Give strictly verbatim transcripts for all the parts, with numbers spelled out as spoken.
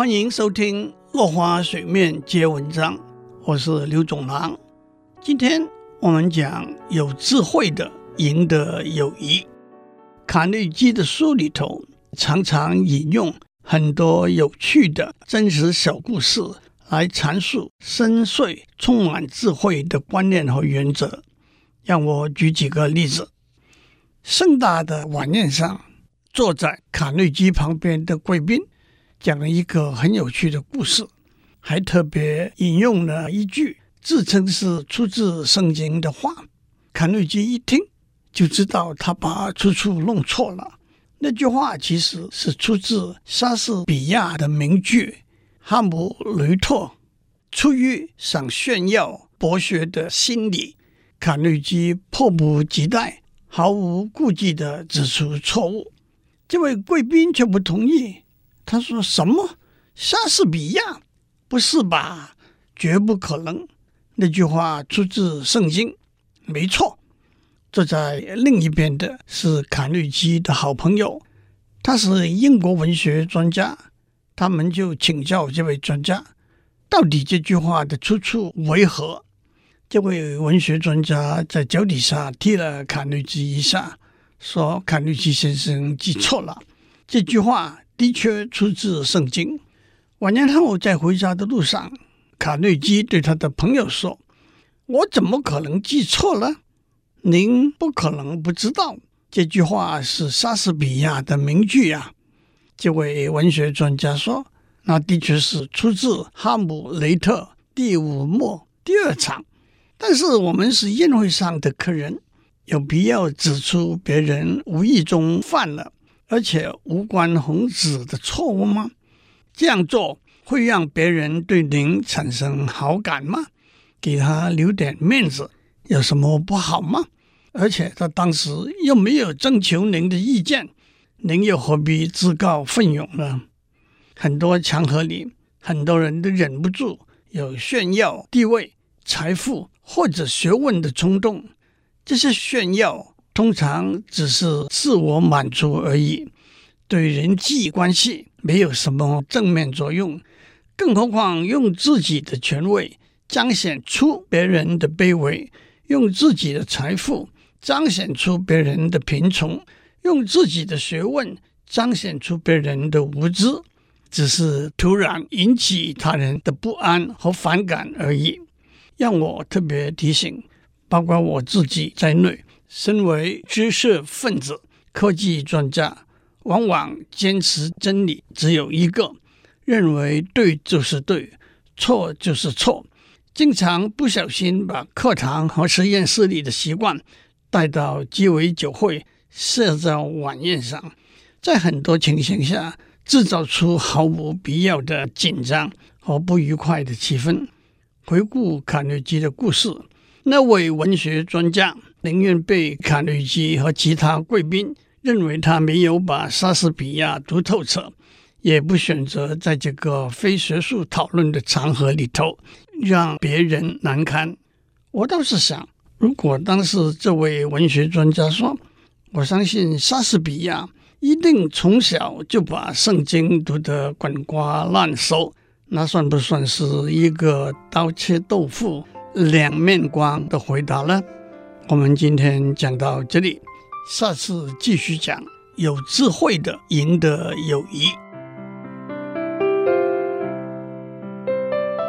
欢迎收听落花水面皆文章，我是刘总郎。今天我们讲有智慧的赢得友谊。卡内基的书里头常常引用很多有趣的真实小故事来阐述深邃充满智慧的观念和原则。让我举几个例子。盛大的晚宴上，坐在卡内基旁边的贵宾讲了一个很有趣的故事，还特别引用了一句自称是出自圣经的话。卡内基一听就知道他把出处弄错了。那句话其实是出自莎士比亚的名剧《哈姆雷特》。出于想炫耀博学的心理，卡内基迫不及待毫无顾忌地指出错误。这位贵宾却不同意，他说：什么？莎士比亚？不是吧，绝不可能。那句话出自圣经，没错。坐在另一边的是卡内基的好朋友，他是英国文学专家。他们就请教这位专家，到底这句话的出处为何？这位文学专家在脚底下踢了卡内基一下，说卡内基先生记错了，这句话的确出自圣经。晚宴后在回家的路上，卡内基对他的朋友说：我怎么可能记错了？您不可能不知道这句话是莎士比亚的名句啊。这位文学专家说：那的确是出自《哈姆雷特》第五幕第二场，但是我们是宴会上的客人，有必要指出别人无意中犯了而且无关宏旨的错误吗？这样做会让别人对您产生好感吗？给他留点面子有什么不好吗？而且他当时又没有征求您的意见，您又何必自告奋勇呢？很多场合里，很多人都忍不住有炫耀地位、财富或者学问的冲动。这些炫耀通常只是自我满足而已，对人际关系没有什么正面作用，更何况用自己的权位彰显出别人的卑微，用自己的财富彰显出别人的贫穷，用自己的学问彰显出别人的无知，只是突然引起他人的不安和反感而已。让我特别提醒，包括我自己在内，身为知识分子、科技专家，往往坚持真理只有一个，认为对就是对，错就是错，经常不小心把课堂和实验室里的习惯带到鸡尾酒会、社交晚宴上，在很多情形下制造出毫无必要的紧张和不愉快的气氛。回顾卡内基的故事，那位文学专家宁愿被卡内基和其他贵宾认为他没有把莎士比亚读透彻，也不选择在这个非学术讨论的场合里头让别人难堪。我倒是想，如果当时这位文学专家说：我相信莎士比亚一定从小就把圣经读得滚瓜烂熟，那算不算是一个刀切豆腐两面光的回答呢？我们今天讲到这里，下次继续讲有智慧的赢得友谊。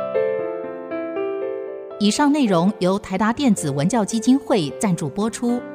以上内容由台达电子文教基金会赞助播出。